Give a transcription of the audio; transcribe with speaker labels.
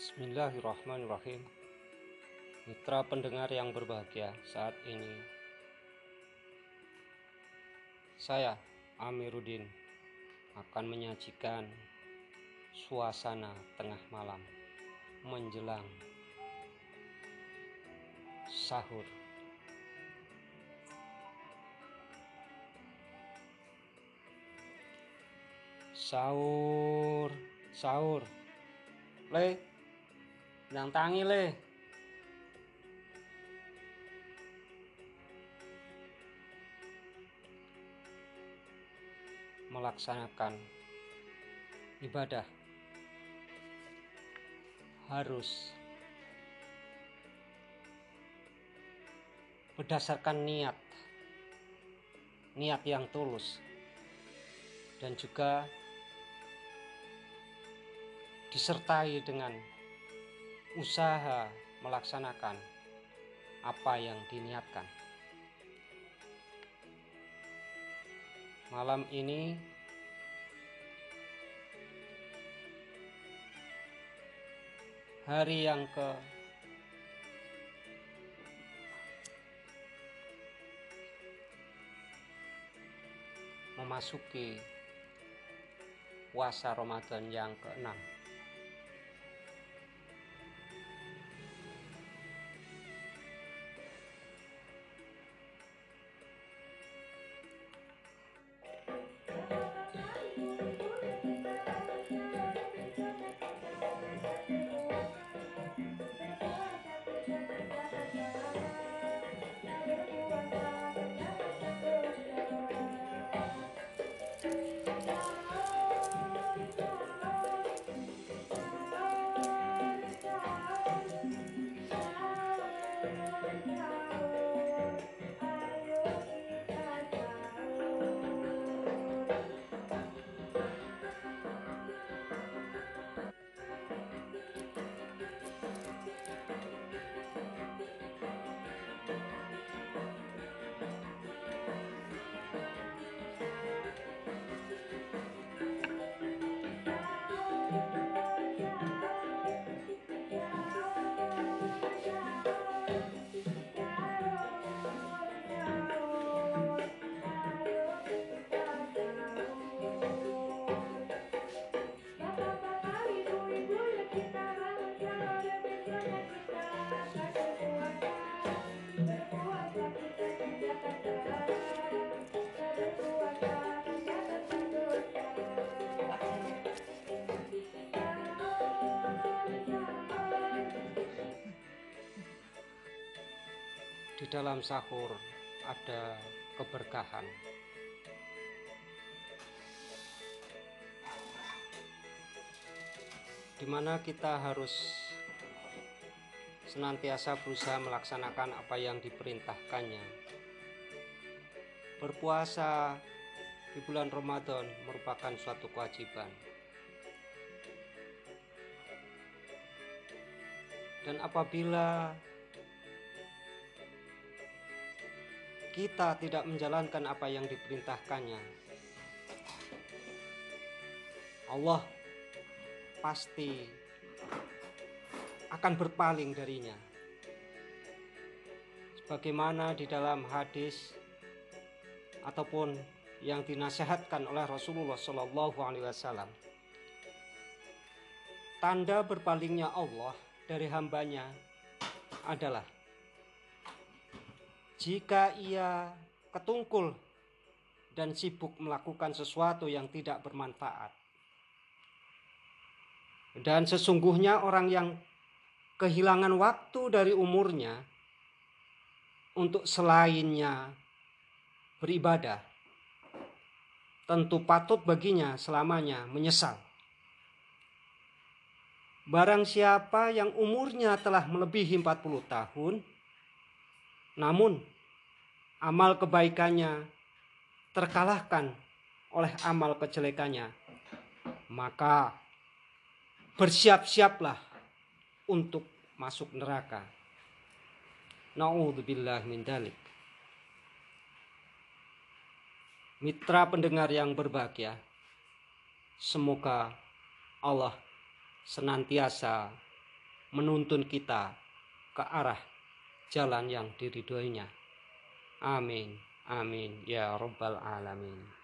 Speaker 1: Bismillahirrahmanirrahim. Mitra pendengar yang berbahagia, saat ini saya Amiruddin akan menyajikan suasana tengah malam menjelang sahur. Sahur, le, yang tangi le. Melaksanakan ibadah harus berdasarkan niat yang tulus dan juga disertai dengan usaha melaksanakan apa yang diniatkan. Malam ini hari yang memasuki puasa Ramadan yang ke-6. Di dalam sahur ada keberkahan. Di mana kita harus senantiasa berusaha melaksanakan apa yang diperintahkannya. Berpuasa di bulan Ramadan merupakan suatu kewajiban. Dan apabila kita tidak menjalankan apa yang diperintahkannya, Allah pasti akan berpaling darinya. Sebagaimana di dalam hadis ataupun yang dinasihatkan oleh Rasulullah SAW, tanda berpalingnya Allah dari hambanya adalah jika ia ketungkul dan sibuk melakukan sesuatu yang tidak bermanfaat. Dan sesungguhnya orang yang kehilangan waktu dari umurnya untuk selainnya beribadah, tentu patut baginya selamanya menyesal. Barang siapa yang umurnya telah melebihi 40 tahun, namun amal kebaikannya terkalahkan oleh amal kejelekannya, maka bersiap-siaplah untuk masuk neraka. Na'udzubillah min dzalik. Mitra pendengar yang berbahagia, semoga Allah senantiasa menuntun kita ke arah jalan yang diridhoinya. Amin. Amin ya rabbal alamin.